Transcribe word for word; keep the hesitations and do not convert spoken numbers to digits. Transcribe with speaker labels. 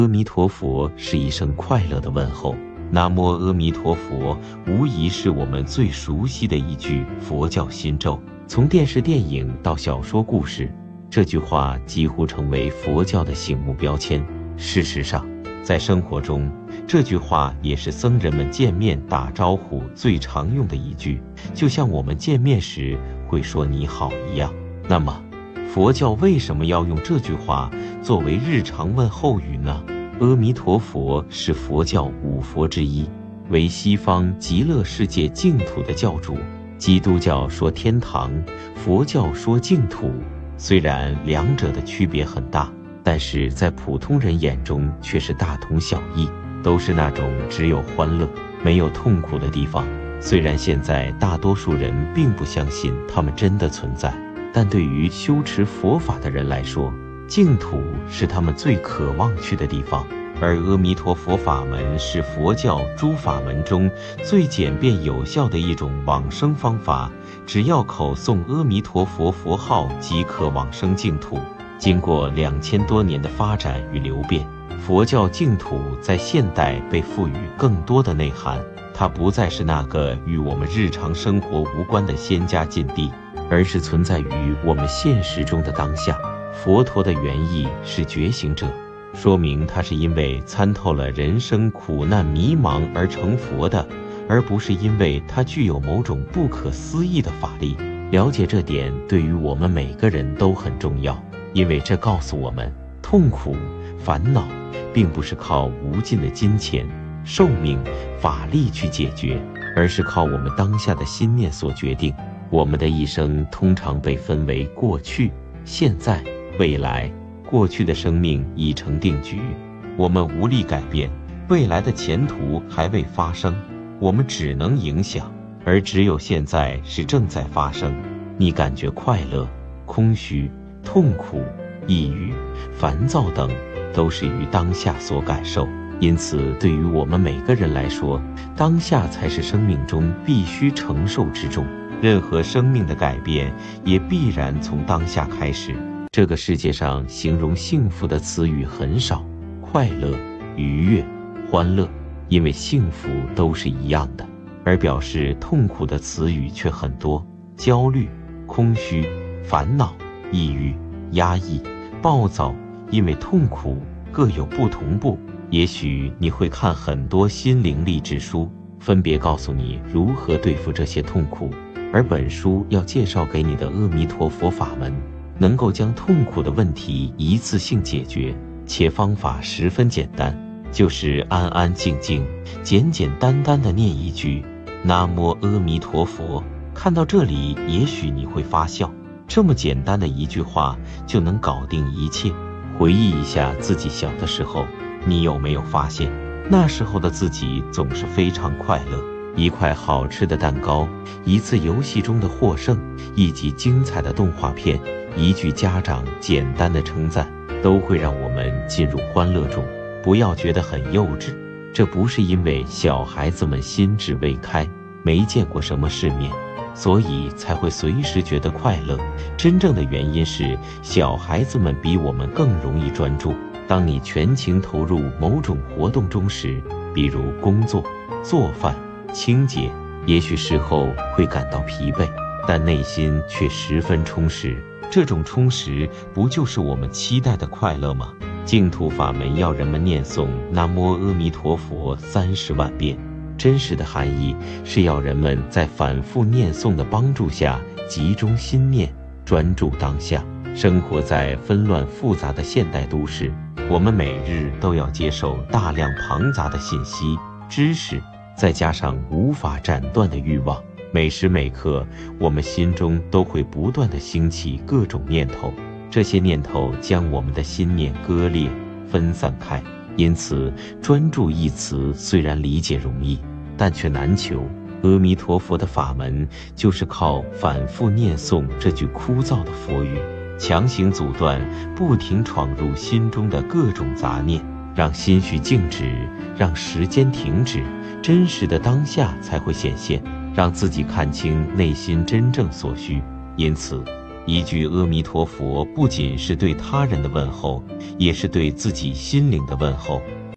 Speaker 1: 阿弥陀佛是一声快乐的问候，南无阿弥陀佛无疑是我们最熟悉的一句佛教心咒。从电视电影到小说故事，这句话几乎成为佛教的醒目标签。事实上，在生活中，这句话也是僧人们见面打招呼最常用的一句，就像我们见面时会说你好一样。那么，佛教为什么要用这句话作为日常问候语呢？阿弥陀佛是佛教五佛之一，为西方极乐世界净土的教主。基督教说天堂，佛教说净土，虽然两者的区别很大，但是在普通人眼中却是大同小异，都是那种只有欢乐没有痛苦的地方。虽然现在大多数人并不相信它们真的存在，但对于修持佛法的人来说，净土是他们最渴望去的地方。而阿弥陀佛法门是佛教诸法门中最简便有效的一种往生方法，只要口诵阿弥陀佛佛号即可往生净土。经过两千多年的发展与流变，佛教净土在现代被赋予更多的内涵，它不再是那个与我们日常生活无关的仙家禁地，而是存在于我们现实中的当下。佛陀的原意是觉醒者，说明他是因为参透了人生苦难迷茫而成佛的，而不是因为他具有某种不可思议的法力。了解这点对于我们每个人都很重要，因为这告诉我们，痛苦、烦恼并不是靠无尽的金钱、寿命、法力去解决，而是靠我们当下的心念所决定。我们的一生通常被分为过去、现在、未来。过去的生命已成定局，我们无力改变；未来的前途还未发生，我们只能影响。而只有现在是正在发生。你感觉快乐、空虚、痛苦、抑郁、烦躁等，都是于当下所感受。因此，对于我们每个人来说，当下才是生命中必须承受之重。任何生命的改变，也必然从当下开始。这个世界上形容幸福的词语很少，快乐、愉悦、欢乐，因为幸福都是一样的；而表示痛苦的词语却很多，焦虑、空虚、烦恼、抑郁、压抑、暴躁，因为痛苦各有不同步。也许你会看很多心灵励志书，分别告诉你如何对付这些痛苦，而本书要介绍给你的阿弥陀佛法门，能够将痛苦的问题一次性解决，且方法十分简单，就是安安静静、简简单单的念一句南无阿弥陀佛。看到这里，也许你会发笑，这么简单的一句话就能搞定一切。回忆一下自己小的时候，你有没有发现，那时候的自己总是非常快乐？一块好吃的蛋糕，一次游戏中的获胜，一集精彩的动画片，一句家长简单的称赞，都会让我们进入欢乐中。不要觉得很幼稚，这不是因为小孩子们心智未开，没见过什么世面，所以才会随时觉得快乐。真正的原因是，小孩子们比我们更容易专注。当你全情投入某种活动中时，比如工作、做饭、清洁，也许事后会感到疲惫，但内心却十分充实。这种充实不就是我们期待的快乐吗？净土法门要人们念诵南无阿弥陀佛三十万遍，真实的含义是要人们在反复念诵的帮助下集中心念，专注当下。生活在纷乱复杂的现代都市，我们每日都要接受大量庞杂的信息、知识，再加上无法斩断的欲望，每时每刻我们心中都会不断地兴起各种念头，这些念头将我们的心念割裂分散开。因此，专注一词虽然理解容易，但却难求。阿弥陀佛的法门就是靠反复念诵这句枯燥的佛语，强行阻断不停闯入心中的各种杂念，让心绪静止，让时间停止，真实的当下才会显现，让自己看清内心真正所需。因此， 一句阿弥陀佛不仅是对他人的问候，也是对自己心灵的问候。